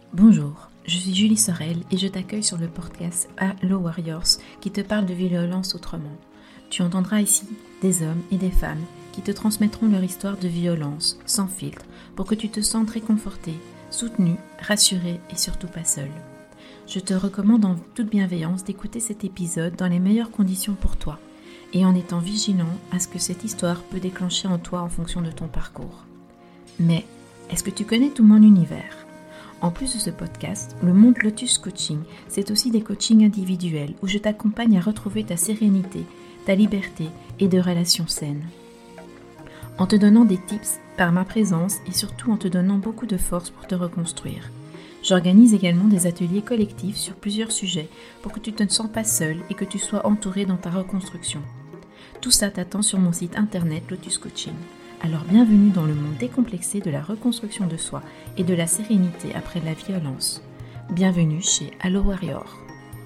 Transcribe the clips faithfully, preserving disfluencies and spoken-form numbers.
Bonjour, je suis Julie Sorel et je t'accueille sur le podcast Hello Warriors qui te parle de violence autrement. Tu entendras ici des hommes et des femmes qui te transmettront leur histoire de violence sans filtre pour que tu te sentes réconforté, soutenu, rassuré et surtout pas seul. Je te recommande en toute bienveillance d'écouter cet épisode dans les meilleures conditions pour toi et en étant vigilant à ce que cette histoire peut déclencher en toi en fonction de ton parcours. Mais est-ce que tu connais tout mon univers ? En plus de ce podcast, le monde Lotus Coaching, c'est aussi des coachings individuels où je t'accompagne à retrouver ta sérénité, ta liberté et de relations saines. En te donnant des tips par ma présence et surtout en te donnant beaucoup de force pour te reconstruire. J'organise également des ateliers collectifs sur plusieurs sujets pour que tu ne te sens pas seul et que tu sois entouré dans ta reconstruction. Tout ça t'attend sur mon site internet Lotus Coaching. Alors bienvenue dans le monde décomplexé de la reconstruction de soi et de la sérénité après la violence. Bienvenue chez Hello Warrior.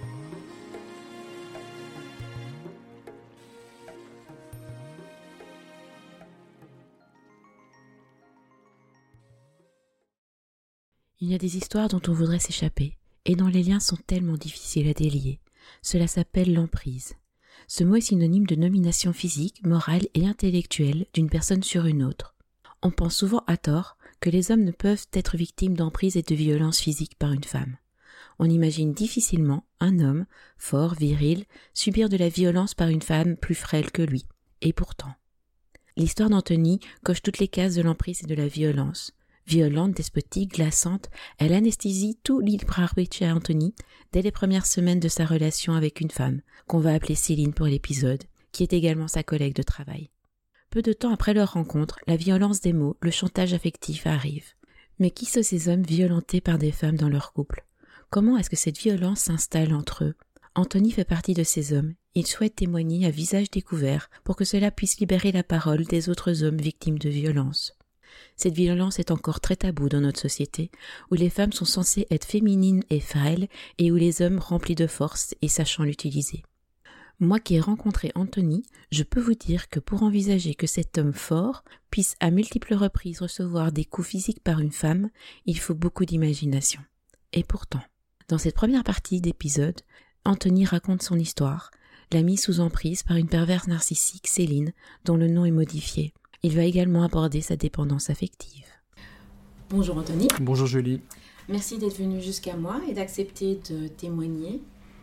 Il y a des histoires dont on voudrait s'échapper et dont les liens sont tellement difficiles à délier. Cela s'appelle l'emprise. Ce mot est synonyme de domination physique, morale et intellectuelle d'une personne sur une autre. On pense souvent à tort que les hommes ne peuvent être victimes d'emprise et de violence physique par une femme. On imagine difficilement un homme, fort, viril, subir de la violence par une femme plus frêle que lui. Et pourtant. L'histoire d'Anthony coche toutes les cases de l'emprise et de la violence. Violente, despotique, glaçante, elle anesthésie tout libre arbitre chez Anthony dès les premières semaines de sa relation avec une femme, qu'on va appeler Céline pour l'épisode, qui est également sa collègue de travail. Peu de temps après leur rencontre, la violence des mots, le chantage affectif arrive. Mais qui sont ces hommes violentés par des femmes dans leur couple ? Comment est-ce que cette violence s'installe entre eux ? Anthony fait partie de ces hommes. Il souhaite témoigner à visage découvert pour que cela puisse libérer la parole des autres hommes victimes de violence. Cette violence est encore très taboue dans notre société, où les femmes sont censées être féminines et frêles, et où les hommes remplis de force et sachant l'utiliser. Moi qui ai rencontré Anthony, je peux vous dire que pour envisager que cet homme fort puisse à multiples reprises recevoir des coups physiques par une femme, il faut beaucoup d'imagination. Et pourtant, dans cette première partie d'épisode, Anthony raconte son histoire, la mise sous emprise par une perverse narcissique, Céline, dont le nom est modifié. Il va également aborder sa dépendance affective. Bonjour Anthony. Bonjour Julie. Merci d'être venu jusqu'à moi et d'accepter de témoigner.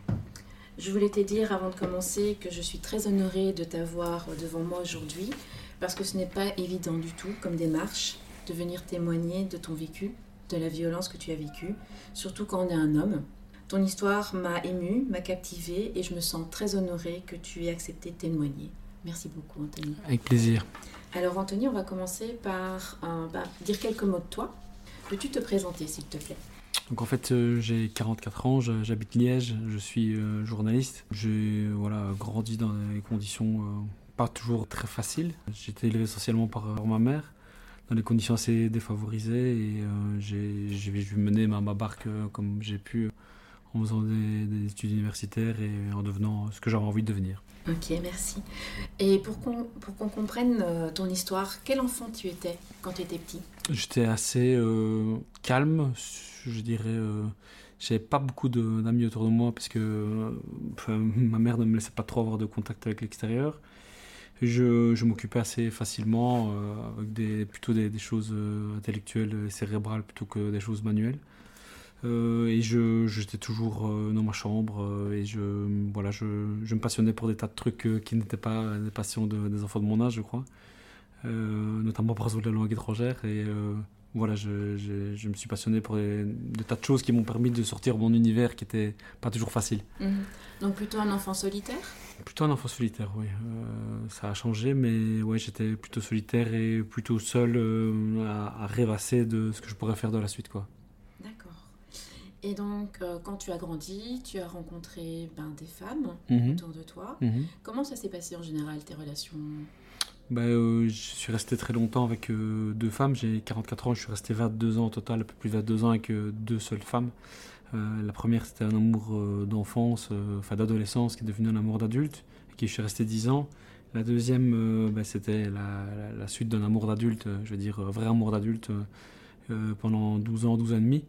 Je voulais te dire avant de commencer que je suis très honorée de t'avoir devant moi aujourd'hui parce que ce n'est pas évident du tout comme démarche de venir témoigner de ton vécu, de la violence que tu as vécue, surtout quand on est un homme. Ton histoire m'a émue, m'a captivée et je me sens très honorée que tu aies accepté de témoigner. Merci beaucoup Anthony. Avec plaisir. Alors Anthony, on va commencer par euh, bah, dire quelques mots de toi. Peux-tu te présenter s'il te plaît ? Donc en fait euh, j'ai quarante-quatre ans, j'habite Liège, je suis euh, journaliste. J'ai euh, voilà, grandi dans des conditions euh, pas toujours très faciles. J'ai été élevé essentiellement par, par ma mère, dans des conditions assez défavorisées et euh, j'ai, j'ai, j'ai mené ma, ma barque euh, comme j'ai pu en faisant des, des études universitaires et en devenant ce que j'avais envie de devenir. Ok, merci. Et pour qu'on, pour qu'on comprenne euh, ton histoire, quel enfant tu étais quand tu étais petit ? J'étais assez euh, calme, je dirais. Euh, j'avais pas beaucoup de, d'amis autour de moi parce que euh, enfin, ma mère ne me laissait pas trop avoir de contact avec l'extérieur. Je, je m'occupais assez facilement euh, avec des, plutôt des, des choses euh, intellectuelles et cérébrales plutôt que des choses manuelles. Euh, et je, j'étais toujours euh, dans ma chambre euh, et je, voilà, je, je me passionnais pour des tas de trucs euh, qui n'étaient pas des passions de, des enfants de mon âge, je crois. Euh, notamment par exemple la langue étrangère. Et euh, voilà, je, je, je me suis passionné pour des, des tas de choses qui m'ont permis de sortir de mon univers qui n'était pas toujours facile. Mmh. Donc plutôt un enfant solitaire ? Plutôt un enfant solitaire, oui. Euh, ça a changé, mais ouais, j'étais plutôt solitaire et plutôt seul euh, à, à rêvasser de ce que je pourrais faire de la suite, quoi. D'accord. Et donc, euh, quand tu as grandi, tu as rencontré ben, des femmes Mmh. autour de toi. Mmh. Comment ça s'est passé en général, tes relations ? Ben, euh, je suis resté très longtemps avec euh, deux femmes. J'ai quarante-quatre ans, je suis resté vingt-deux ans au total, un peu plus de vingt-deux ans avec euh, deux seules femmes. Euh, la première, c'était un amour euh, d'enfance, euh, enfin d'adolescence, qui est devenu un amour d'adulte, avec qui je suis resté dix ans. La deuxième, euh, ben, c'était la, la, la suite d'un amour d'adulte, euh, je veux dire, un vrai amour d'adulte, euh, euh, pendant douze ans, douze ans et demi.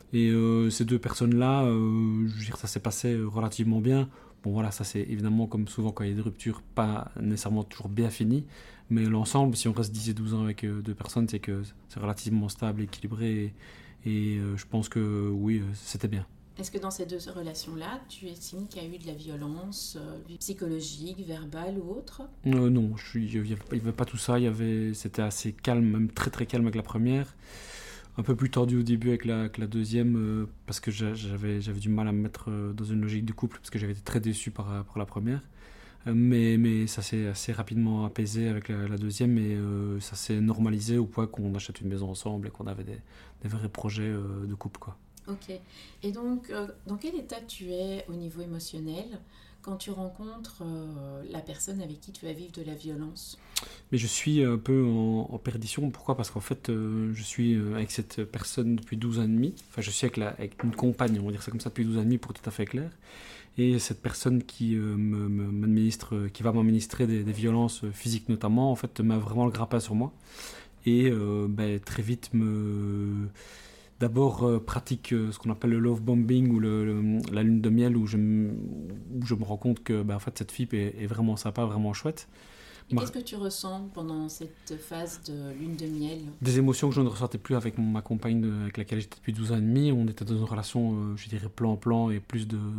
Et euh, ces deux personnes-là, euh, je veux dire, ça s'est passé relativement bien. Bon voilà, ça c'est évidemment comme souvent quand il y a des ruptures, pas nécessairement toujours bien fini. Mais l'ensemble, si on reste dix et douze ans avec euh, deux personnes, c'est que c'est relativement stable, équilibré. Et, et euh, je pense que oui, euh, c'était bien. Est-ce que dans ces deux relations-là, tu estimes qu'il y a eu de la violence euh, psychologique, verbale ou autre? euh, Non, je, il n'y avait, avait pas tout ça. Il y avait, c'était assez calme, même très très calme avec la première. Un peu plus tordu au début avec la, avec la deuxième, euh, parce que j'avais, j'avais du mal à me mettre euh, dans une logique de couple, parce que j'avais été très déçu par, par la première. Euh, mais, mais ça s'est assez rapidement apaisé avec la, la deuxième, et euh, ça s'est normalisé au point qu'on achète une maison ensemble et qu'on avait des, des vrais projets euh, de couple, quoi. Ok. Et donc, euh, dans quel état tu es au niveau émotionnel quand tu rencontres euh, la personne avec qui tu vas vivre de la violence? Mais je suis un peu en, en perdition. Pourquoi? Parce qu'en fait, euh, je suis avec cette personne depuis douze ans et demi. Enfin, je suis avec, la, avec une compagne, on va dire ça comme ça, depuis douze ans et demi pour être tout à fait clair. Et cette personne qui, euh, me, me, m'administre, qui va m'administrer des, des violences physiques notamment, en fait, m'a vraiment le grappin sur moi. Et euh, ben, très vite me... D'abord, euh, pratique euh, ce qu'on appelle le love bombing ou le, le, la lune de miel, où je, m, où je me rends compte que ben, en fait, cette fille est, est vraiment sympa, vraiment chouette. Et qu'est-ce que tu ressens pendant cette phase de lune de miel? Des émotions que je ne ressentais plus avec ma compagne de, avec laquelle j'étais depuis douze ans et demi. On était dans une relation, euh, je dirais, plan-plan et plus de,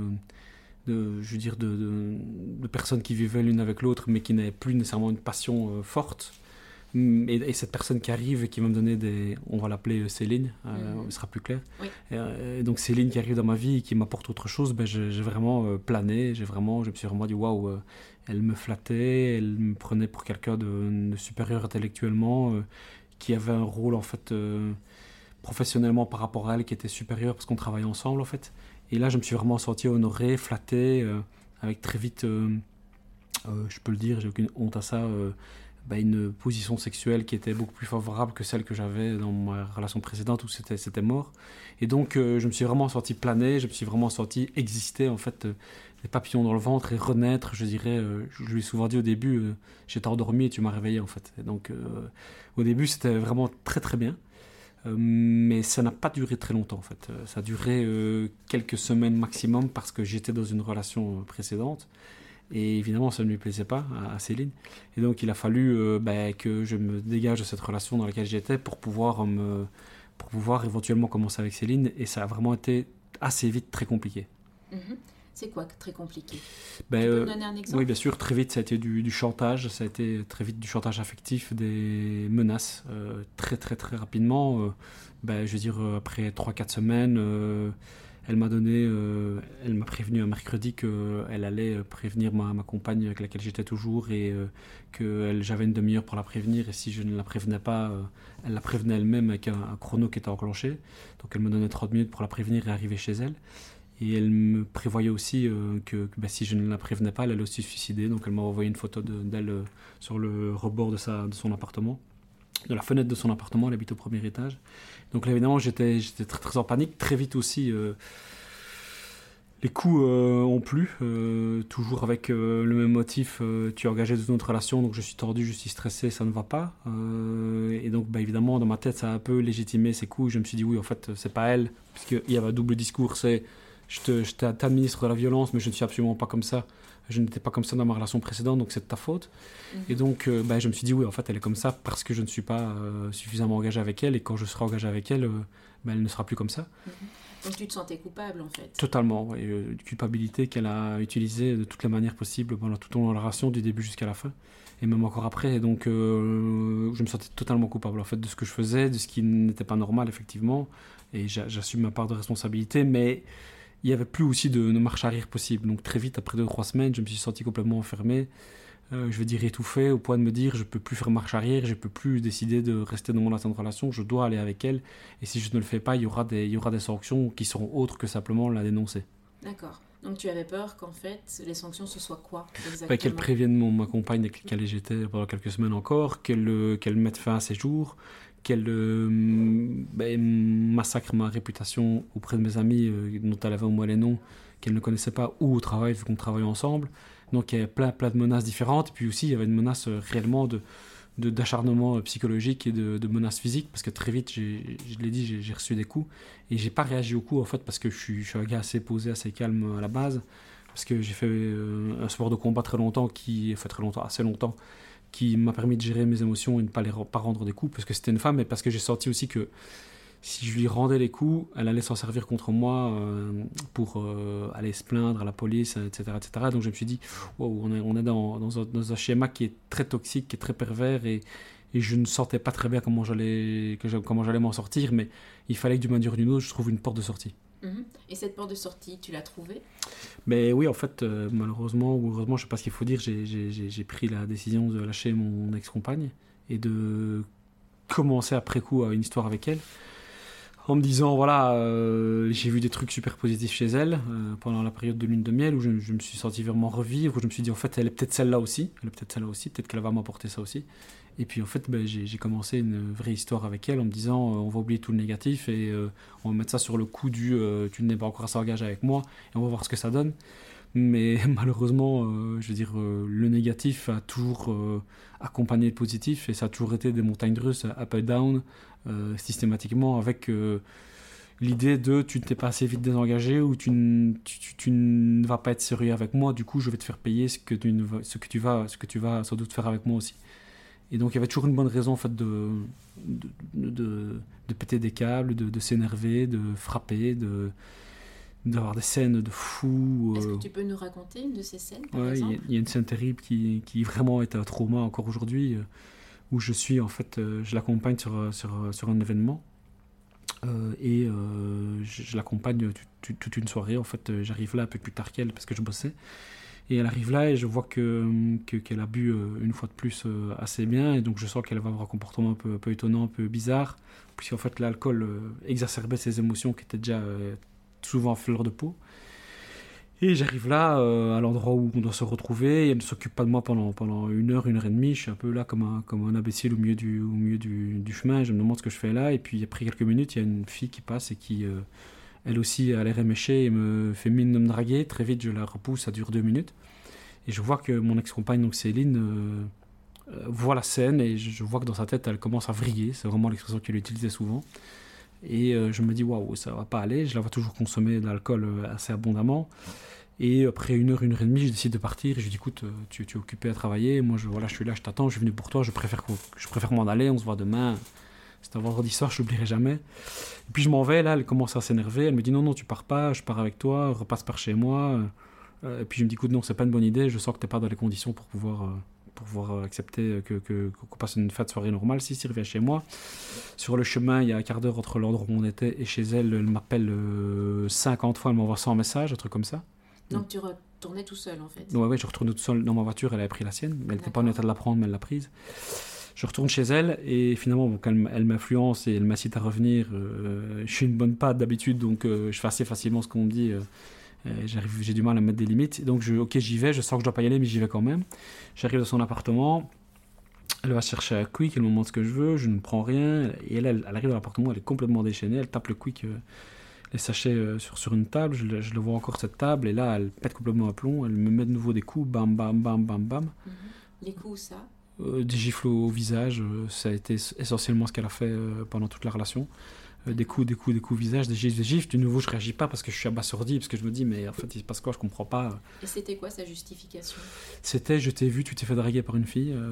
de, je veux dire, de, de, de personnes qui vivaient l'une avec l'autre, mais qui n'avaient plus nécessairement une passion euh, forte. Et, et cette personne qui arrive et qui va me donner des... On va l'appeler Céline, euh, mmh. Ce sera plus clair. Oui. Et, et donc Céline qui arrive dans ma vie et qui m'apporte autre chose, ben j'ai, j'ai vraiment euh, plané, j'ai vraiment, je me suis vraiment dit waouh, euh, elle me flattait, elle me prenait pour quelqu'un de, de supérieur intellectuellement, euh, qui avait un rôle en fait euh, professionnellement par rapport à elle qui était supérieur parce qu'on travaillait ensemble en fait. Et là je me suis vraiment senti honoré, flatté, euh, avec très vite, euh, euh, je peux le dire, j'ai aucune honte à ça, euh, bah, une position sexuelle qui était beaucoup plus favorable que celle que j'avais dans ma relation précédente où c'était, c'était mort. Et donc euh, je me suis vraiment senti planer, je me suis vraiment senti exister en fait, euh, les papillons dans le ventre et renaître, je dirais. Euh, je lui ai souvent dit au début, euh, j'étais endormi et tu m'as réveillé en fait. Et donc euh, au début c'était vraiment très très bien. Euh, mais ça n'a pas duré très longtemps en fait. Euh, ça a duré euh, quelques semaines maximum parce que j'étais dans une relation précédente. Et évidemment, ça ne lui plaisait pas à Céline. Et donc, il a fallu euh, bah, que je me dégage de cette relation dans laquelle j'étais pour pouvoir, me, pour pouvoir éventuellement commencer avec Céline. Et ça a vraiment été assez vite très compliqué. Mmh. C'est quoi très compliqué? Ben, Tu peux euh, me donner un exemple? Oui, bien sûr. Très vite, ça a été du, du chantage. Ça a été très vite du chantage affectif, des menaces. Euh, très, très, très rapidement. Euh, ben, je veux dire, après trois quatre semaines... Euh, Elle m'a donné, euh, elle m'a prévenu un mercredi qu'elle allait prévenir ma, ma compagne avec laquelle j'étais toujours et euh, que elle, j'avais une demi-heure pour la prévenir et si je ne la prévenais pas, euh, elle la prévenait elle-même avec un, un chrono qui était enclenché. Donc elle me donnait trente minutes pour la prévenir et arriver chez elle. Et elle me prévoyait aussi euh, que, que bah, si je ne la prévenais pas, elle allait aussi se suicider. Donc elle m'a envoyé une photo de, d'elle euh, sur le rebord de, sa, de son appartement. De la fenêtre de son appartement, elle habite au premier étage. Donc là, évidemment, j'étais, j'étais très, très en panique. Très vite aussi, euh, les coups euh, ont plu. Euh, toujours avec euh, le même motif, euh, tu es engagé dans notre relation, donc je suis tordu, je suis stressé, ça ne va pas. Euh, et donc, bah, évidemment, dans ma tête, ça a un peu légitimé ces coups. Je me suis dit, oui, en fait, c'est pas elle. Puisqu'il y avait un double discours, c'est je, te, je t'administre de la violence, mais je ne suis absolument pas comme ça. Je n'étais pas comme ça dans ma relation précédente, donc c'est de ta faute. Mmh. Et donc, euh, bah, je me suis dit, oui, en fait, elle est comme ça parce que je ne suis pas euh, suffisamment engagé avec elle. Et quand je serai engagé avec elle, euh, bah, elle ne sera plus comme ça. Mmh. Donc, tu te sentais coupable, en fait? Totalement, oui. Une culpabilité qu'elle a utilisée de toutes les manières possibles pendant toute la relation, du début jusqu'à la fin. Et même encore après. Et donc, euh, je me sentais totalement coupable, en fait, de ce que je faisais, de ce qui n'était pas normal, effectivement. Et j'assume ma part de responsabilité, mais... il n'y avait plus aussi de, de marche arrière possible. Donc très vite, après deux ou trois semaines, je me suis senti complètement enfermé, euh, je veux dire étouffé, au point de me dire je ne peux plus faire marche arrière, je ne peux plus décider de rester dans mon ancienne relation, je dois aller avec elle. Et si je ne le fais pas, il y aura des, il y aura des sanctions qui seront autres que simplement la dénoncer. D'accord. Donc tu avais peur qu'en fait, les sanctions, ce soit quoi exactement? Bah, qu'elle prévienne mon, ma compagne avec laquelle j'étais pendant quelques semaines encore, qu'elle, qu'elle mette fin à ses jours, qu'elle euh, ben, massacre ma réputation auprès de mes amis euh, dont elle avait au moins les noms qu'elle ne connaissait pas ou au travail vu qu'on travaillait ensemble. Donc il y avait plein, plein de menaces différentes. Et puis aussi il y avait une menace euh, réellement de, de, d'acharnement psychologique et de, de menaces physiques, parce que très vite, j'ai, je l'ai dit, j'ai, j'ai reçu des coups, et j'ai pas réagi aux coups, en fait, parce que je suis, je suis un gars assez posé, assez calme à la base, parce que j'ai fait euh, un sport de combat très longtemps, qui, enfin très longtemps, assez longtemps, qui m'a permis de gérer mes émotions et de ne pas, les, pas rendre des coups, parce que c'était une femme, mais parce que j'ai senti aussi que si je lui rendais les coups, elle allait s'en servir contre moi euh, pour euh, aller se plaindre à la police, et cetera, et cetera. Donc je me suis dit, wow, on est, on est dans, dans, un, dans un schéma qui est très toxique, qui est très pervers, et, et je ne sentais pas très bien comment j'allais, que je, comment j'allais m'en sortir, mais il fallait que d'une manière ou d'une autre, je trouve une porte de sortie. Mmh. Et cette porte de sortie, tu l'as trouvée ? Mais oui, en fait, euh, malheureusement ou heureusement, je ne sais pas ce qu'il faut dire, j'ai, j'ai, j'ai pris la décision de lâcher mon ex-compagne et de commencer après coup une histoire avec elle. En me disant, voilà, euh, j'ai vu des trucs super positifs chez elle euh, pendant la période de lune de miel où je, je me suis senti vraiment revivre, où je me suis dit, en fait, elle est peut-être celle-là aussi, elle est peut-être celle-là aussi, peut-être qu'elle va m'apporter ça aussi. Et puis, en fait, ben, j'ai, j'ai commencé une vraie histoire avec elle en me disant, euh, on va oublier tout le négatif et euh, on va mettre ça sur le coup du euh, tu n'es pas encore assez engagé avec moi et on va voir ce que ça donne. Mais malheureusement, euh, je veux dire, euh, le négatif a toujours euh, accompagné le positif et ça a toujours été des montagnes russes, up and down, euh, systématiquement, avec euh, l'idée de tu ne t'es pas assez vite désengagé ou tu, n- tu, tu, tu ne vas pas être sérieux avec moi, du coup je vais te faire payer ce que tu, ne vas, ce que tu, vas, ce que tu vas sans doute faire avec moi aussi. Et donc il y avait toujours une bonne raison en fait, de, de, de, de péter des câbles, de, de s'énerver, de frapper, de... d'avoir des scènes de fou. Est-ce euh... que tu peux nous raconter une de ces scènes, par ouais, exemple ? il y, y a une scène terrible qui, qui vraiment est un trauma encore aujourd'hui, euh, où je suis, en fait, euh, je l'accompagne sur, sur, sur un événement, euh, et euh, je, je l'accompagne tu, tu, toute une soirée. En fait, euh, j'arrive là un peu plus tard qu'elle, parce que je bossais, et elle arrive là, et je vois que, que, qu'elle a bu euh, une fois de plus euh, assez bien, et donc je sens qu'elle va avoir un comportement un peu, un peu étonnant, un peu bizarre, puisqu'en fait, l'alcool euh, exacerbait ses émotions qui étaient déjà... Euh, souvent à fleur de peau. Et j'arrive là, euh, à l'endroit où on doit se retrouver, et elle ne s'occupe pas de moi pendant, pendant une heure, une heure et demie. Je suis un peu là comme un, comme un imbécile au milieu, du, au milieu du, du chemin, et je me demande ce que je fais là. Et puis après quelques minutes, il y a une fille qui passe et qui, euh, elle aussi, a l'air éméchée et me fait mine de me draguer. Très vite, je la repousse, ça dure deux minutes. Et je vois que mon ex-compagne, donc Céline, euh, euh, voit la scène, et je, je vois que dans sa tête, elle commence à vriller. C'est vraiment l'expression qu'elle utilisait souvent. Et euh, je me dis, waouh, ça va pas aller. Je la vois toujours consommer de l'alcool euh, assez abondamment. Et après une heure, une heure et demie, je décide de partir. Et je lui dis, écoute, euh, tu, tu es occupé à travailler. Moi, je, voilà, je suis là, je t'attends, je suis venu pour toi. Je préfère, je préfère m'en aller. On se voit demain. C'est un vendredi soir, je l'oublierai jamais. Et puis je m'en vais. Là, elle commence à s'énerver. Elle me dit, non, non, tu pars pas. Je pars avec toi. Repasse par chez moi. Euh, et puis je me dis, écoute, non, c'est pas une bonne idée. Je sens que t'es pas dans les conditions pour pouvoir. Euh, pour pouvoir accepter que, que, qu'on passe une fête soirée normale. Si, si, reviens chez moi. Sur le chemin, il y a un quart d'heure entre l'endroit où on était et chez elle. Elle m'appelle euh, cinquante fois, elle m'envoie cent messages, un truc comme ça. Donc, Donc tu retournais tout seul, en fait ? Ouais, ouais, je retournais tout seul dans ma voiture, elle avait pris la sienne, mais elle n'était pas en état de la prendre, mais elle l'a prise. Je retourne chez elle, et finalement, donc, elle, elle m'influence et elle m'incite à revenir. Euh, je suis une bonne patte d'habitude, donc euh, je fais assez facilement ce qu'on me dit. Euh, J'arrive, j'ai du mal à mettre des limites, donc je, ok, j'y vais, je sens que je dois pas y aller, mais j'y vais quand même. J'arrive dans son appartement, elle va chercher un quick, elle me demande ce que je veux, je ne prends rien, et elle, elle, elle arrive dans l'appartement, elle est complètement déchaînée, elle tape le quick, euh, les sachets euh, sur, sur une table, je, je le vois encore cette table, et là elle pète complètement un plomb, elle me met de nouveau des coups, bam bam bam bam bam. Mm-hmm. Les coups, ça euh, Des gifles au, au visage, euh, ça a été essentiellement ce qu'elle a fait euh, pendant toute la relation. Euh, des coups, des coups, des coups au visage, des gifles, des gifles. De nouveau, je réagis pas parce que je suis abasourdi, parce que je me dis, mais en fait, il se passe quoi, je comprends pas. Et c'était quoi sa justification ? C'était, je t'ai vu, tu t'es fait draguer par une fille. Euh,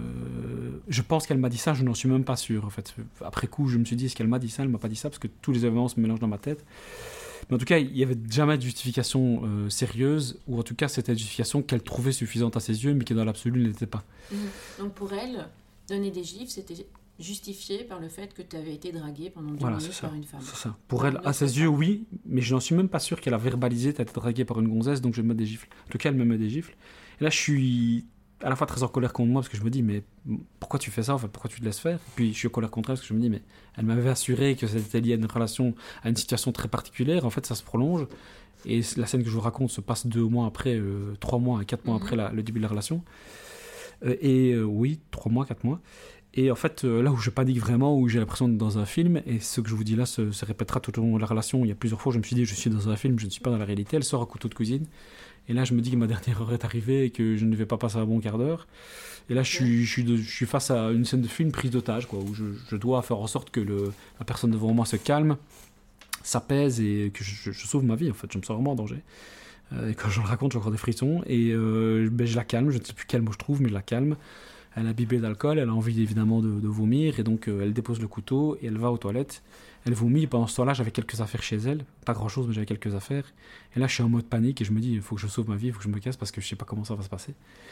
je pense qu'elle m'a dit ça, je n'en suis même pas sûr, en fait. Après coup, je me suis dit, est-ce qu'elle m'a dit ça ? Elle m'a pas dit ça, parce que tous les événements se mélangent dans ma tête. Mais en tout cas, il n'y avait jamais de justification euh, sérieuse, ou en tout cas, c'était une justification qu'elle trouvait suffisante à ses yeux, mais qui dans l'absolu ne l'était pas. Mmh. Donc pour elle, donner des gifles, c'était justifié par le fait que tu avais été dragué pendant deux voilà, minutes c'est ça, par une femme. C'est ça. Pour elle, à ses yeux, oui, mais je n'en suis même pas sûr qu'elle a verbalisé t'as été dragué par une gonzesse, donc je vais me mettre des gifles. En tout cas, elle me met des gifles. Et là, je suis à la fois très en colère contre moi, parce que je me dis, mais pourquoi tu fais ça, en fait, pourquoi tu te laisses faire ? Et puis je suis en colère contre elle, parce que je me dis, mais elle m'avait assuré que c'était lié à une relation, à une situation très particulière, en fait, ça se prolonge. Et la scène que je vous raconte se passe deux mois après, euh, trois mois, quatre mois mmh. après la, le début de la relation. Euh, et euh, oui, trois mois, quatre mois. Et en fait, euh, là où je panique vraiment, où j'ai l'impression d'être dans un film, et ce que je vous dis là se, se répétera tout au long de la relation, il y a plusieurs fois, je me suis dit, je suis dans un film, je ne suis pas dans la réalité. Elle sort un couteau de cuisine. Et là, je me dis que ma dernière heure est arrivée et que je ne vais pas passer un bon quart d'heure. Et là, je suis, je suis, de, je suis face à une scène de film prise d'otage, quoi, où je, je dois faire en sorte que le, la personne devant moi se calme, s'apaise et que je, je sauve ma vie. En fait, je me sens vraiment en danger. Euh, et quand je le raconte, j'ai encore des frissons. Et euh, ben, je la calme, je ne sais plus quel mot je trouve, mais je la calme. Elle a imbibé d'alcool, elle a envie évidemment de, de vomir, et donc euh, elle dépose le couteau et elle va aux toilettes. Elle vomit. Pendant ce temps-là, j'avais quelques affaires chez elle, pas grand-chose, mais j'avais quelques affaires. Et là, je suis en mode panique et je me dis, il faut que je sauve ma vie, il faut que je me casse parce que je sais pas comment ça va se passer.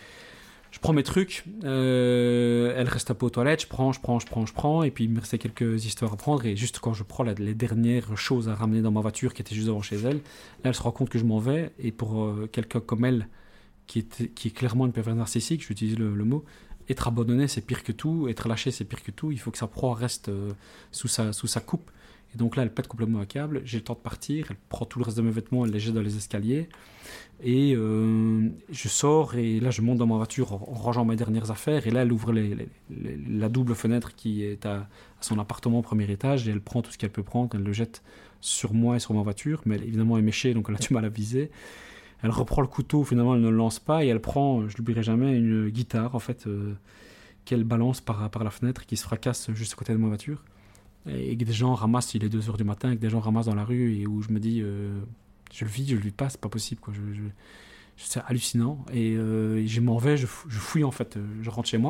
Je prends mes trucs, euh, elle reste un peu aux toilettes, je prends, je prends, je prends, je prends, et puis il me restait quelques histoires à prendre, et juste quand je prends la, les dernières choses à ramener dans ma voiture qui étaient juste devant chez elle, là, elle se rend compte que je m'en vais, et pour euh, quelqu'un comme elle, qui, était, qui est clairement une perverse narcissique, j'utilise le, le mot, être abandonné, c'est pire que tout. Être lâché, c'est pire que tout. Il faut que sa proie reste euh, sous, sa, sous sa coupe. Et donc là, elle pète complètement un câble. J'ai le temps de partir. Elle prend tout le reste de mes vêtements, elle les jette dans les escaliers. Et euh, je sors et là, je monte dans ma voiture en, en rangeant mes dernières affaires. Et là, elle ouvre les, les, les, la double fenêtre qui est à, à son appartement au premier étage. Et elle prend tout ce qu'elle peut prendre. Elle le jette sur moi et sur ma voiture. Mais elle, évidemment, elle est méchée, donc elle a du mal à viser. Elle reprend le couteau, finalement elle ne le lance pas, et elle prend, je l'oublierai jamais, une guitare en fait, euh, qu'elle balance par, par la fenêtre, qui se fracasse juste à côté de ma voiture. Et que des gens ramassent, il est deux heures du matin, et que des gens ramassent dans la rue, et où je me dis, euh, je le vis, je le vis pas, c'est pas possible, quoi. Je, je, c'est hallucinant. Et, euh, et je m'en vais, je, je fouille en fait, je rentre chez moi.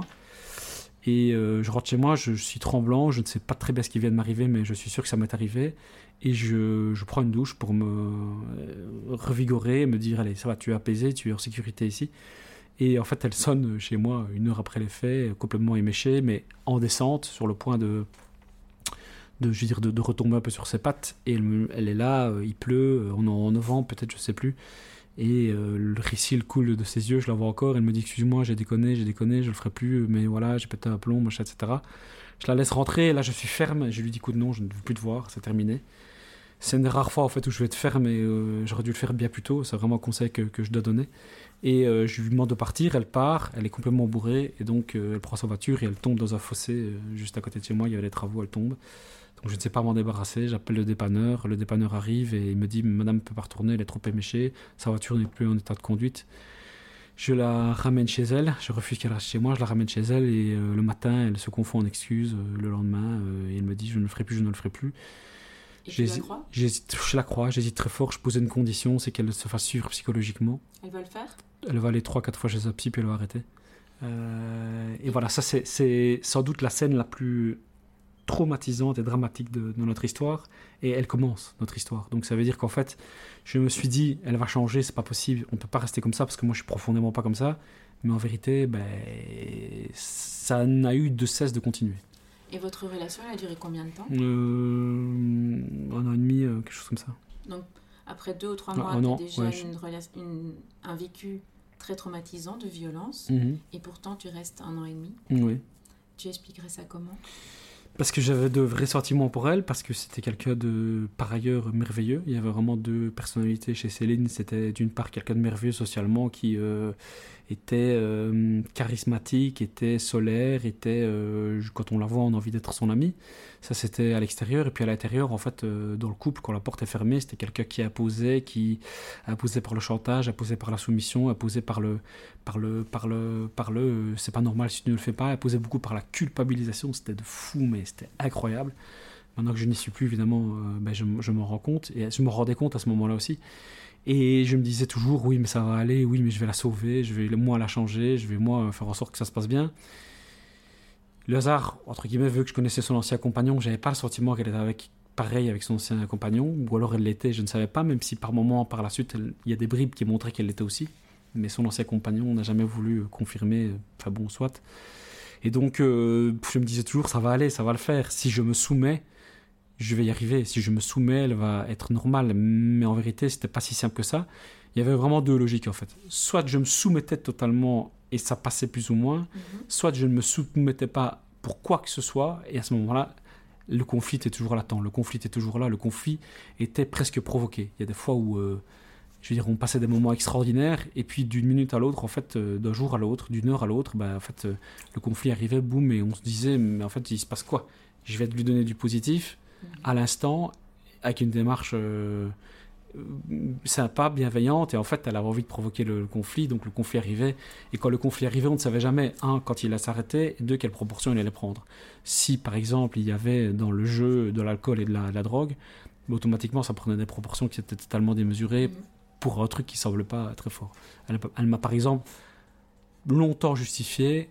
Et euh, je rentre chez moi, je, je suis tremblant, je ne sais pas très bien ce qui vient de m'arriver, mais je suis sûr que ça m'est arrivé. Et je, je prends une douche pour me revigorer, me dire, allez, ça va, tu es apaisé, tu es en sécurité ici. Et en fait, elle sonne chez moi une heure après les faits, complètement éméchée, mais en descente, sur le point de, de, je veux dire, de, de retomber un peu sur ses pattes. Et elle, me, elle est là, il pleut, on est en novembre, peut-être, je ne sais plus. Et euh, le récit coule de ses yeux, je la vois encore. Elle me dit, excuse-moi, j'ai déconné, j'ai déconné, je le ferai plus, mais voilà, j'ai pété un plomb, machin, et cetera. Je la laisse rentrer, et là je suis ferme, je lui dis écoute non, je ne veux plus te voir, c'est terminé. C'est une des rares fois en fait où je vais être ferme et euh, j'aurais dû le faire bien plus tôt, c'est vraiment un conseil que, que je dois donner. Et euh, je lui demande de partir, elle part, elle est complètement bourrée, et donc euh, elle prend sa voiture et elle tombe dans un fossé euh, juste à côté de chez moi, il y avait des travaux, elle tombe. Donc je ne sais pas m'en débarrasser, j'appelle le dépanneur, le dépanneur arrive et il me dit madame ne peut pas retourner, elle est trop éméchée, sa voiture n'est plus en état de conduite. Je la ramène chez elle, je refuse qu'elle reste chez moi, je la ramène chez elle et euh, le matin elle se confond en excuses, euh, le lendemain euh, et elle me dit je ne le ferai plus, je ne le ferai plus. Et tu la crois ? J'hésite, je la crois, j'hésite très fort, je posais une condition, c'est qu'elle se fasse suivre psychologiquement. Elle va le faire ? Elle va aller trois quatre fois chez sa psy puis elle va arrêter. Euh, et voilà, ça c'est, c'est sans doute la scène la plus traumatisante et dramatique de, de notre histoire, et elle commence notre histoire. Donc ça veut dire qu'en fait, je me suis dit, elle va changer, c'est pas possible, on peut pas rester comme ça parce que moi je suis profondément pas comme ça. Mais en vérité, ben, ça n'a eu de cesse de continuer. Et votre relation, elle a duré combien de temps ? euh, Un an et demi, quelque chose comme ça. Donc après deux ou trois mois, ah, tu as déjà ouais, une je... rela- une, un vécu très traumatisant de violence, mm-hmm. et pourtant tu restes un an et demi. Oui. Tu expliquerais ça comment ? Parce que j'avais de vrais sentiments pour elle, parce que c'était quelqu'un de, par ailleurs, merveilleux. Il y avait vraiment deux personnalités chez Céline. C'était d'une part quelqu'un de merveilleux socialement qui euh, était euh, charismatique, était solaire, était, euh, quand on la voit, on a envie d'être son ami. Ça, c'était à l'extérieur. Et puis à l'intérieur, en fait, euh, dans le couple, quand la porte est fermée, c'était quelqu'un qui imposait, qui imposait par le chantage, imposait par la soumission, imposait par le... par le, par le, par le euh, c'est pas normal si tu ne le fais pas, imposait beaucoup par la culpabilisation. C'était de fou, mais c'était incroyable. Maintenant que je n'y suis plus, évidemment, euh, ben je, je m'en rends compte, et je me rendais compte à ce moment-là aussi. Et je me disais toujours, oui, mais ça va aller, oui, mais je vais la sauver, je vais moi la changer, je vais moi faire en sorte que ça se passe bien. Le hasard, entre guillemets, veut que je connaissais son ancien compagnon, j'avais pas le sentiment qu'elle était avec, pareil avec son ancien compagnon, ou alors elle l'était, je ne savais pas, même si par moment, par la suite, il y a des bribes qui montraient qu'elle l'était aussi. Mais son ancien compagnon n'a jamais voulu confirmer, enfin bon, soit. Et donc, euh, je me disais toujours, ça va aller, ça va le faire. Si je me soumets, je vais y arriver. Si je me soumets, elle va être normale. Mais en vérité, c'était pas si simple que ça. Il y avait vraiment deux logiques, en fait. Soit je me soumettais totalement et ça passait plus ou moins, mm-hmm. soit je ne me soumettais pas pour quoi que ce soit, et à ce moment-là, le conflit était toujours latent. Le conflit était toujours là, le conflit était presque provoqué. Il y a des fois où... Euh, je veux dire, on passait des moments extraordinaires, et puis d'une minute à l'autre, en fait, euh, d'un jour à l'autre, d'une heure à l'autre, bah, en fait, euh, le conflit arrivait, boum, et on se disait, mais en fait, il se passe quoi? Je vais lui donner du positif à l'instant, avec une démarche euh, sympa, bienveillante, et en fait, elle avait envie de provoquer le, le conflit, donc le conflit arrivait, et quand le conflit arrivait, on ne savait jamais, un, quand il allait s'arrêter, et deux, quelle proportion il allait prendre. Si, par exemple, il y avait dans le jeu de l'alcool et de la, de la drogue, automatiquement, ça prenait des proportions qui étaient totalement démesurées, pour un truc qui semble pas très fort. Elle, elle m'a par exemple longtemps justifié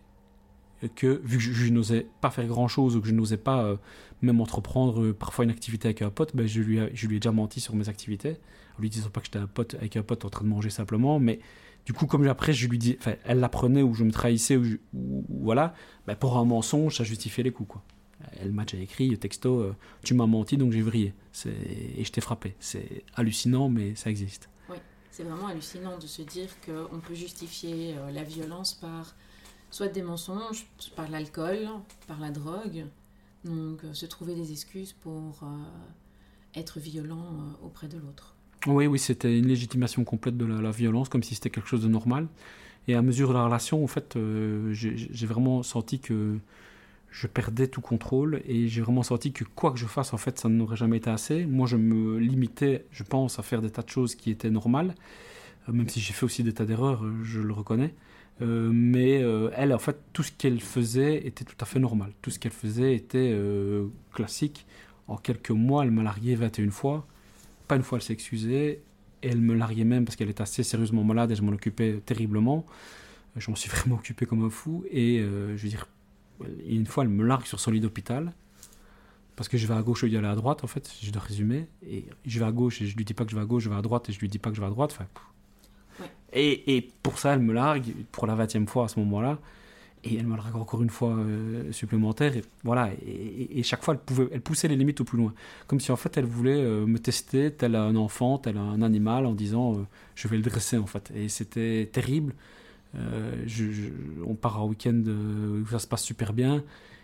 que vu que je, je n'osais pas faire grand chose ou que je n'osais pas euh, même entreprendre euh, parfois une activité avec un pote, ben je, lui a, je lui ai déjà menti sur mes activités en lui disant pas que j'étais un pote avec un pote en train de manger simplement, mais du coup comme après je lui dis, enfin elle l'apprenait ou je me trahissais ou, je, ou, ou voilà, ben pour un mensonge ça justifiait les coups quoi. Elle m'a déjà écrit texto euh, tu m'as menti donc j'ai vrillé et je t'ai frappé. C'est hallucinant mais ça existe. C'est vraiment hallucinant de se dire qu'on peut justifier euh, la violence par soit des mensonges, par l'alcool, par la drogue. Donc, euh, se trouver des excuses pour euh, être violent euh, auprès de l'autre. Oui, oui, c'était une légitimation complète de la, la violence, comme si c'était quelque chose de normal. Et à mesure de la relation, en fait, euh, j'ai, j'ai vraiment senti que je perdais tout contrôle et j'ai vraiment senti que quoi que je fasse, en fait, ça n'aurait jamais été assez. Moi, je me limitais, je pense, à faire des tas de choses qui étaient normales, euh, même si j'ai fait aussi des tas d'erreurs, euh, je le reconnais. Euh, mais euh, elle, en fait, tout ce qu'elle faisait était tout à fait normal. Tout ce qu'elle faisait était euh, classique. En quelques mois, elle m'a largué vingt et une fois. Pas une fois, elle s'est excusée. Et elle me larguait même parce qu'elle était assez sérieusement malade et je m'en occupais terriblement. Je m'en suis vraiment occupé comme un fou. Et euh, je veux dire, et une fois, elle me largue sur son lit d'hôpital parce que je vais à gauche et il y aller à droite, en fait, je dois résumer. Et je vais à gauche et je lui dis pas que je vais à gauche, je vais à droite et je lui dis pas que je vais à droite. Enfin, ouais. et, et pour ça, elle me largue pour la vingtième fois à ce moment-là. Et elle me largue encore une fois euh, supplémentaire. Et voilà. Et, et, et chaque fois, elle, pouvait, elle poussait les limites au plus loin. Comme si, en fait, elle voulait euh, me tester tel un enfant, tel un animal, en disant euh, je vais le dresser, en fait. Et c'était terrible. Euh, je, je, on part en week-end où ça se passe super bien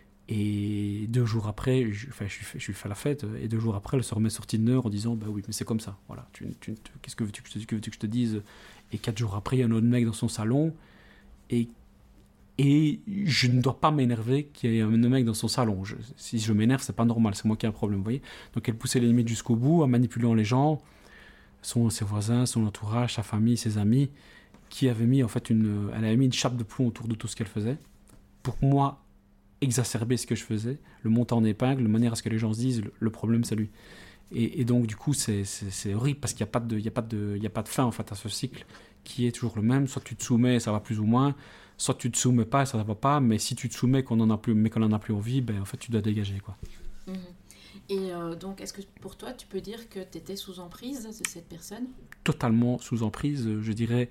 et deux jours après je, enfin, je, suis, je suis fait la fête et deux jours après elle se remet sur Tinder en disant bah oui mais c'est comme ça voilà, tu, tu, tu, qu'est-ce que veux-tu que, que, veux-tu que je te dise. Et quatre jours après il y a un autre mec dans son salon et, et je ne dois pas m'énerver qu'il y ait un mec dans son salon. Je, si je m'énerve c'est pas normal, c'est moi qui ai un problème, vous voyez. Donc elle poussait les limites jusqu'au bout en manipulant les gens, son, ses voisins, son entourage, sa famille, ses amis, qui avait mis en fait une, elle avait mis une chape de plomb autour de tout ce qu'elle faisait pour moi exacerber ce que je faisais, le monter en épingle, de manière à ce que les gens se disent le, le problème c'est lui. Et, et donc du coup c'est, c'est, c'est horrible parce qu'il n'y a pas de, il y a pas de, il y a pas de fin en fait à ce cycle qui est toujours le même. Soit tu te soumets, ça va plus ou moins, soit tu te soumets pas, ça ne va pas. Mais si tu te soumets, qu'on en a plus, mais qu'on en a plus envie, ben en fait tu dois dégager quoi. Mmh. Et euh, donc, est-ce que pour toi, tu peux dire que tu étais sous emprise de cette personne ? Totalement sous emprise, je dirais.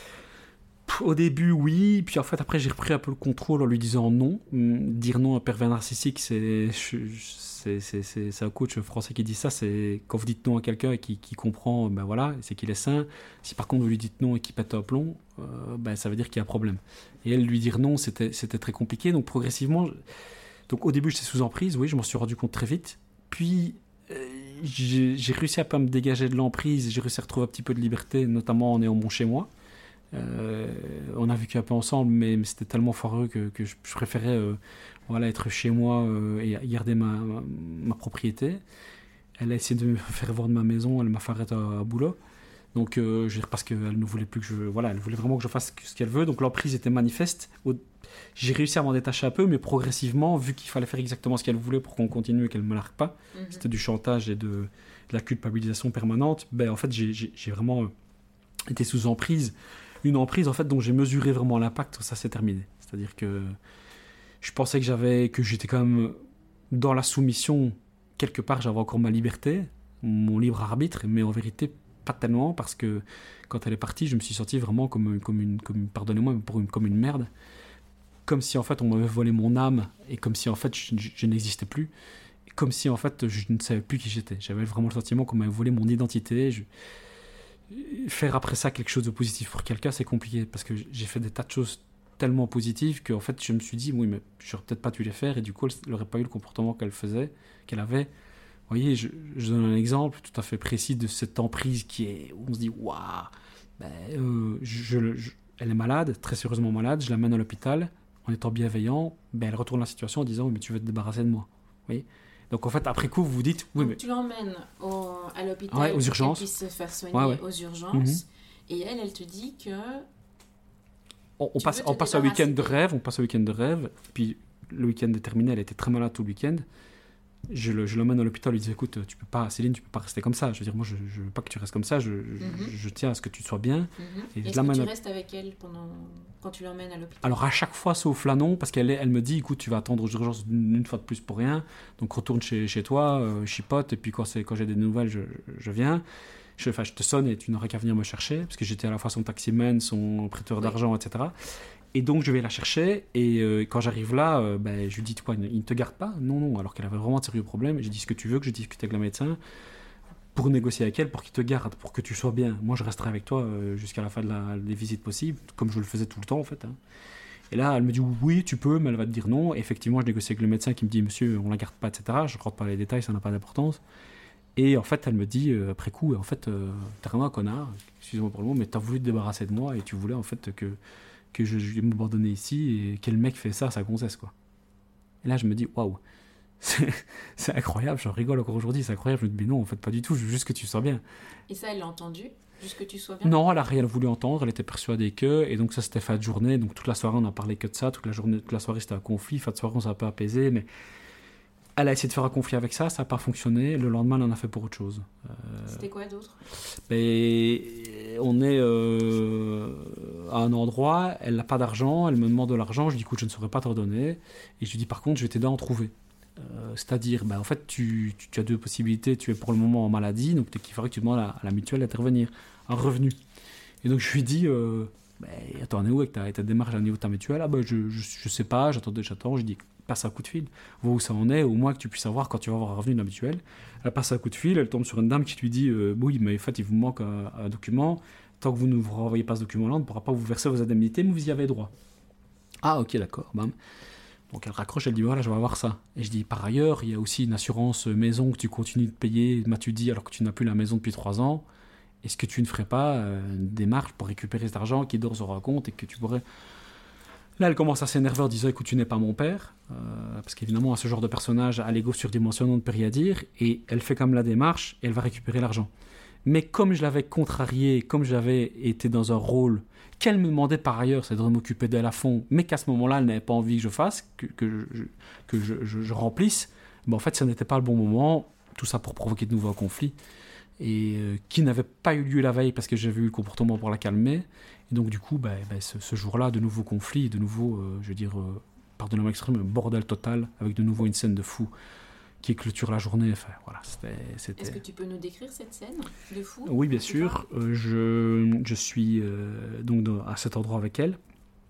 Au début, oui, puis en fait, après, j'ai repris un peu le contrôle en lui disant non. Dire non à un pervers narcissique, c'est, c'est, c'est, c'est, c'est un coach français qui dit ça, c'est quand vous dites non à quelqu'un et qui, qui comprend, ben voilà, c'est qu'il est sain. Si par contre vous lui dites non et qu'il pète un plomb, euh, ben ça veut dire qu'il y a un problème. Et elle, lui dire non, c'était, c'était très compliqué, donc progressivement... Donc au début, j'étais sous emprise, oui, je m'en suis rendu compte très vite. Puis, euh, j'ai, j'ai réussi à pas me dégager de l'emprise, j'ai réussi à retrouver un petit peu de liberté, notamment en ayant mon chez moi. Euh, on a vécu un peu ensemble, mais, mais c'était tellement foireux que, que je, je préférais euh, voilà, être chez moi euh, et garder ma, ma, ma propriété. Elle a essayé de me faire vendre ma maison, elle m'a fait arrêter à, à boulot. Donc, euh, je veux dire, parce qu'elle ne voulait plus que je... Voilà, elle voulait vraiment que je fasse ce qu'elle veut. Donc, l'emprise était manifeste. Au, j'ai réussi à m'en détacher un peu, mais progressivement, vu qu'il fallait faire exactement ce qu'elle voulait pour qu'on continue et qu'elle ne me largue pas, mm-hmm. C'était du chantage et de, de la culpabilisation permanente, ben, en fait, j'ai, j'ai, j'ai vraiment été sous emprise. Une emprise, en fait, dont j'ai mesuré vraiment l'impact, ça s'est terminé. C'est-à-dire que je pensais que, j'avais, que j'étais quand même dans la soumission. Quelque part, j'avais encore ma liberté, mon libre arbitre, mais en vérité, pas tellement, parce que quand elle est partie, je me suis senti vraiment comme, comme, une, comme pardonnez-moi, mais pour une, comme une merde. Comme si en fait on m'avait volé mon âme et comme si en fait je, je, je n'existais plus, et comme si en fait je ne savais plus qui j'étais. J'avais vraiment le sentiment qu'on m'avait volé mon identité. Je... Faire après ça quelque chose de positif pour quelqu'un, c'est compliqué parce que j'ai fait des tas de choses tellement positives qu'en fait je me suis dit oui mais j'aurais peut-être pas dû les faire et du coup elle n'aurait pas eu le comportement qu'elle faisait, qu'elle avait voyez, je, je donne un exemple tout à fait précis de cette emprise qui est, où on se dit, waouh, ben, euh, je, je, elle est malade, très sérieusement malade, je l'amène à l'hôpital, en étant bienveillant, ben, elle retourne la situation en disant, mais tu veux te débarrasser de moi. Vous voyez ? Donc en fait, après coup, vous vous dites, oui, Donc mais... tu l'emmènes au, à l'hôpital Ouais, aux pour urgences. qu'elle puisse se faire soigner Ouais, ouais. aux urgences. Mhm. Et elle, elle te dit que... On, on Tu passe, veux te on passe un week-end de débarrasser rêve, on passe un week-end de rêve, puis le week-end est terminé, elle était très malade tout le week-end. Je, le, je l'emmène à l'hôpital, lui dis écoute, tu peux pas, Céline, tu peux pas rester comme ça. Je veux dire, moi, je, je veux pas que tu restes comme ça. Je, je, Mhm. je tiens à ce que tu sois bien. Mhm. Et je Est-ce que l'emmène tu à- restes avec elle pendant... quand tu l'emmènes à l'hôpital? Alors à chaque fois, sauf là non, parce qu'elle est- elle me dit écoute, tu vas attendre aux urgences une, une fois de plus pour rien. Donc retourne chez, chez toi, euh, chipote, et puis quand, c'est, quand j'ai des nouvelles, je, je viens. Je, enfin, je te sonne et tu n'aurais qu'à venir me chercher, parce que j'étais à la fois son taximan, son prêteur Oui. d'argent, et cetera. Et donc je vais la chercher, et euh, quand j'arrive là, euh, ben, je lui dis quoi, il ne te garde pas? Non, non, alors qu'elle avait vraiment de sérieux problèmes. J'ai dit ce que tu veux, que je discute avec le médecin pour négocier avec elle, pour qu'il te garde, pour que tu sois bien. Moi, je resterai avec toi euh, jusqu'à la fin de la, des visites possibles, comme je le faisais tout le temps en fait. Hein. Et là, elle me dit oui, tu peux, mais elle va te dire non. Et effectivement, je négocie avec le médecin qui me dit monsieur, on la garde pas, et cetera. Je ne rentre pas dans les détails, ça n'a pas d'importance. Et en fait, elle me dit euh, après coup, en fait, euh, t'es vraiment un connard, excusez-moi pour le mot, mais t'as voulu te débarrasser de moi et tu voulais en fait que, que je, je m'abandonnais ici et quel mec fait ça à sa gonzesse, quoi. Et là, je me dis waouh, c'est, c'est incroyable, j'en rigole encore aujourd'hui, c'est incroyable. Je me dis mais non, en fait, pas du tout, je veux juste que tu sois bien. Et ça, elle l'a entendu? Juste que tu sois bien? Non, elle a rien voulu entendre, elle était persuadée que, et donc ça c'était fin de journée, donc toute la soirée on a parlé que de ça, toute la journée, toute la soirée c'était un conflit, fin de soirée on s'est un peu apaisé, mais elle a essayé de faire un conflit avec ça, ça n'a pas fonctionné, le lendemain elle en a fait pour autre chose. Euh, C'était quoi d'autre? ben, on est euh, à un endroit, elle n'a pas d'argent, elle me demande de l'argent, je lui dis écoute je ne saurais pas te redonner, et je lui dis par contre je vais t'aider à en trouver. Euh, c'est-à-dire, ben, en fait, tu, tu, tu as deux possibilités. Tu es pour le moment en maladie, donc il faudrait que tu demandes à, à la mutuelle d'intervenir, un revenu. Et donc je lui dis, euh, ben, attends, on est où avec ta, ta démarche au niveau de ta mutuelle? Ah ben, je, je, je sais pas, j'attends, j'attends. Je lui dis, passe un coup de fil, vois où ça en est, au moins que tu puisses savoir quand tu vas avoir un revenu de la mutuelle. Elle passe un coup de fil, elle tombe sur une dame qui lui dit, euh, oui, mais en fait, il vous manque un, un document. Tant que vous ne vous renvoyez pas ce document-là, on ne pourra pas vous verser vos indemnités, mais vous y avez droit. Ah, ok, d'accord, bam. Donc elle raccroche, elle dit voilà, je vais avoir ça. Et je dis par ailleurs, il y a aussi une assurance maison que tu continues de payer, m'as-tu dit, alors que tu n'as plus la maison depuis trois ans. Est-ce que tu ne ferais pas euh, une démarche pour récupérer cet argent qui dort sur un compte et que tu pourrais... Là, elle commence à s'énerver en disant écoute, tu n'es pas mon père. Euh, parce qu'évidemment, à ce genre de personnage, à l'ego surdimensionné, on ne peut rien dire. Et elle fait comme la démarche et elle va récupérer l'argent. Mais comme je l'avais contrarié, comme j'avais été dans un rôle qu'elle me demandait par ailleurs, c'est de m'occuper d'elle à fond, mais qu'à ce moment-là, elle n'avait pas envie que je fasse, que, que, je, que je, je, je remplisse, ben en fait, ce n'était pas le bon moment, tout ça pour provoquer de nouveaux conflits, et euh, qui n'avait pas eu lieu la veille parce que j'avais eu le comportement pour la calmer, et donc du coup, ben, ben, ce, ce jour-là, de nouveaux conflits, de nouveau, euh, je veux dire, euh, pardonnez-moi l'extrême, un bordel total, avec de nouveau une scène de fou, qui clôture la journée. Enfin, voilà, c'était, c'était... Est-ce que tu peux nous décrire cette scène de fou? Oui, bien sûr. Euh, je, je suis euh, donc dans, à cet endroit avec elle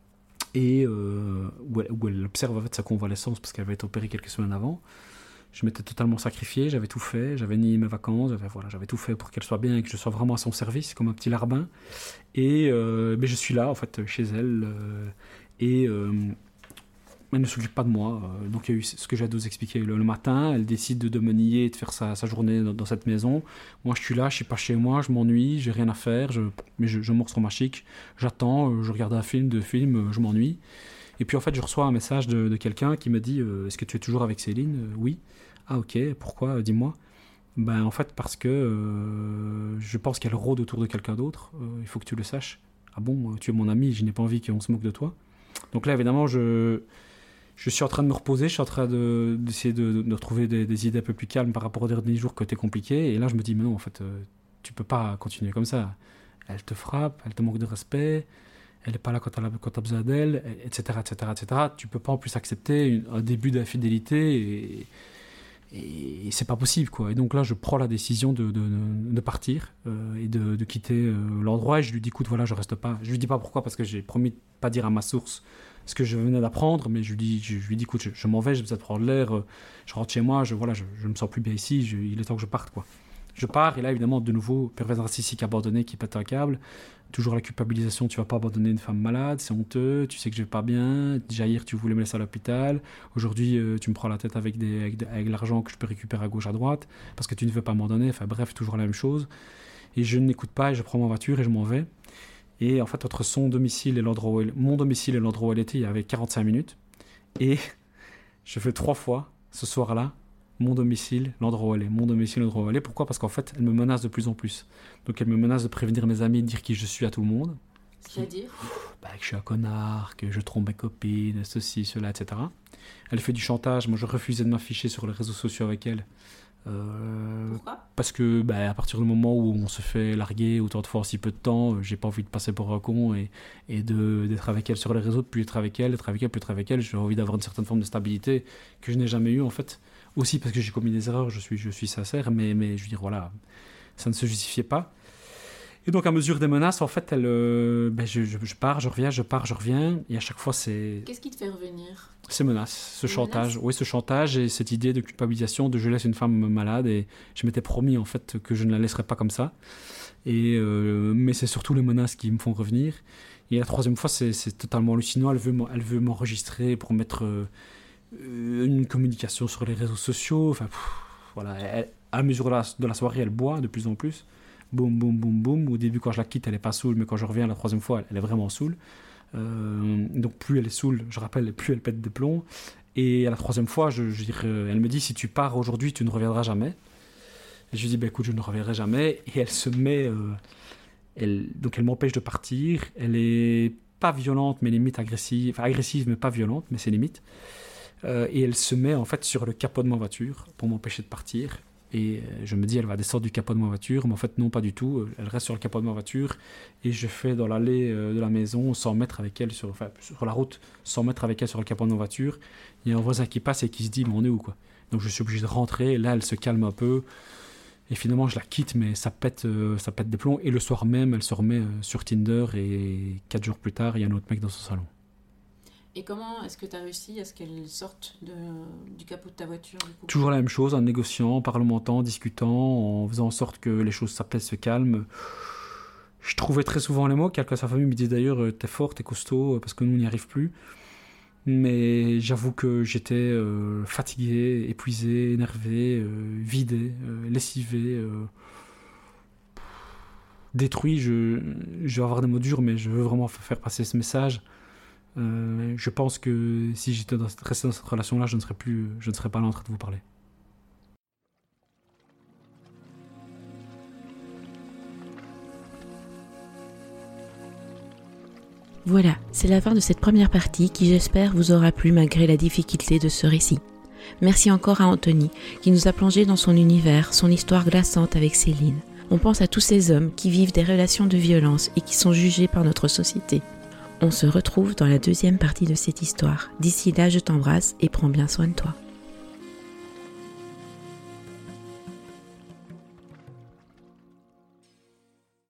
et euh, où, elle, où elle observe en fait, sa convalescence parce qu'elle avait été opérée quelques semaines avant. Je m'étais totalement sacrifié, j'avais tout fait, j'avais nié mes vacances, j'avais, voilà, j'avais tout fait pour qu'elle soit bien et que je sois vraiment à son service, comme un petit larbin. Et euh, mais je suis là, en fait, chez elle. Euh, et... Euh, elle ne s'occupe pas de moi. Donc il y a eu ce que j'ai à vous expliquer. Le, le matin, elle décide de, de me nier et de faire sa, sa journée dans, dans cette maison. Moi, je suis là, je suis pas chez moi, je m'ennuie, j'ai rien à faire, je, mais je, je mords sur ma chic, j'attends, je regarde un film, deux films, je m'ennuie. Et puis en fait, je reçois un message de, de quelqu'un qui me dit euh, est-ce que tu es toujours avec Céline? euh, Oui. Ah ok, pourquoi? Dis-moi. Ben en fait, parce que euh, je pense qu'elle rôde autour de quelqu'un d'autre. Euh, il faut que tu le saches. Ah bon, tu es mon ami, je n'ai pas envie qu'on se moque de toi. Donc là, évidemment, je... Je suis en train de me reposer, je suis en train de, d'essayer de, de retrouver des, des idées un peu plus calmes par rapport aux derniers jours que t'es compliqué. Et là, je me dis, mais non, en fait, euh, tu peux pas continuer comme ça. Elle te frappe, elle te manque de respect, elle n'est pas là quand tu as besoin d'elle, et cetera, et cetera, et cetera. Tu peux pas en plus accepter une, un début d'infidélité et, et, et c'est pas possible, quoi. Et donc là, je prends la décision de, de, de partir euh, et de, de quitter euh, l'endroit. Et je lui dis, écoute, voilà, je reste pas. Je lui dis pas pourquoi, parce que j'ai promis de pas dire à ma source ce que je venais d'apprendre, mais je lui dis, je, je lui dis écoute, je, je m'en vais, j'ai besoin de prendre l'air, euh, je rentre chez moi, je, voilà, je, je me sens plus bien ici, je, il est temps que je parte, quoi. Je pars et là, évidemment, de nouveau, pervers narcissique abandonné qui pète un câble. Toujours la culpabilisation, tu vas pas abandonner une femme malade, c'est honteux, tu sais que je vais pas bien. Déjà hier, tu voulais me laisser à l'hôpital. Aujourd'hui, euh, tu me prends la tête avec, des, avec, avec l'argent que je peux récupérer à gauche, à droite, parce que tu ne veux pas m'abandonner. Enfin bref, toujours la même chose. Et je n'écoute pas et je prends ma voiture et je m'en vais. Et en fait, entre son domicile et l'endroit où elle, mon domicile et l'endroit où elle était, il y avait quarante-cinq minutes. Et je fais trois fois ce soir-là mon domicile, l'endroit où elle est, mon domicile, l'endroit où elle est. Pourquoi ? Parce qu'en fait, elle me menace de plus en plus. Donc elle me menace de prévenir mes amis, de dire qui je suis à tout le monde. C'est-à-dire ? Bah, que je suis un connard, que je trompe mes copines, ceci, cela, et cetera. Elle fait du chantage. Moi, je refusais de m'afficher sur les réseaux sociaux avec elle. Euh, Pourquoi ? Parce que bah, à partir du moment où on se fait larguer autant de fois en si peu de temps, j'ai pas envie de passer pour un con et, et de, d'être avec elle sur les réseaux, de plus être avec elle, d'être avec elle, plus être avec elle. J'ai envie d'avoir une certaine forme de stabilité que je n'ai jamais eue en fait. Aussi parce que j'ai commis des erreurs, je suis, je suis sincère, mais, mais je veux dire, voilà, ça ne se justifiait pas. Et donc, à mesure des menaces, en fait, elle, euh, ben, je, je, je pars, je reviens, je pars, je reviens, et à chaque fois, c'est... Qu'est-ce qui te fait revenir ? Ces menaces, ce Les chantage, menaces ? oui, ce chantage et cette idée de culpabilisation, de je laisse une femme malade, et je m'étais promis, en fait, que je ne la laisserais pas comme ça. Et, euh, mais c'est surtout les menaces qui me font revenir. Et la troisième fois, c'est, c'est totalement hallucinant, elle veut, elle veut m'enregistrer pour mettre... Euh, une communication sur les réseaux sociaux, enfin, pff, voilà, elle, à mesure de la, de la soirée, elle boit de plus en plus, boum, boum, boum, boum, au début, quand je la quitte, elle est pas saoule, mais quand je reviens la troisième fois, elle, elle est vraiment saoule, euh, donc plus elle est saoule, je rappelle, plus elle pète des plombs, et à la troisième fois, je, je dirais, elle me dit, si tu pars aujourd'hui, tu ne reviendras jamais, et je lui dis, bah, écoute, je ne reviendrai jamais, et elle se met, euh, elle, donc elle m'empêche de partir, elle est pas violente, mais limite agressive, enfin agressive, mais pas violente, mais c'est limite. Euh, et elle se met en fait sur le capot de ma voiture pour m'empêcher de partir. Et euh, je me dis, elle va descendre du capot de ma voiture, mais en fait, non, pas du tout. Elle reste sur le capot de ma voiture et je fais dans l'allée euh, de la maison cent mètres avec elle, sur, enfin, sur la route, cent mètres avec elle sur le capot de ma voiture. Il y a un voisin qui passe et qui se dit, mais on est où quoi ? Donc je suis obligé de rentrer. Et là, elle se calme un peu. Et finalement, je la quitte, mais ça pète, euh, ça pète des plombs. Et le soir même, elle se remet euh, sur Tinder et quatre jours plus tard, il y a un autre mec dans son salon. Et comment est-ce que tu as réussi à ce qu'elle sorte de, du capot de ta voiture du coup ? Toujours la même chose, en négociant, en parlementant, en discutant, en faisant en sorte que les choses s'apaisent, se calment. Je trouvais très souvent les mots. Quelqu'un de sa famille me disait d'ailleurs « t'es fort, t'es costaud » parce que nous, on n'y arrive plus. Mais j'avoue que j'étais euh, fatigué, épuisé, énervé, euh, vidé, euh, lessivé, euh, détruit. Je, je vais avoir des mots durs, mais je veux vraiment faire passer ce message. Euh, je pense que si j'étais dans, resté dans cette relation-là, je ne serais plus, je ne serais pas là en train de vous parler. Voilà, c'est la fin de cette première partie qui, j'espère, vous aura plu malgré la difficulté de ce récit. Merci encore à Anthony qui nous a plongé dans son univers, son histoire glaçante avec Céline. On pense à tous ces hommes qui vivent des relations de violence et qui sont jugés par notre société. On se retrouve dans la deuxième partie de cette histoire. D'ici là, je t'embrasse et prends bien soin de toi.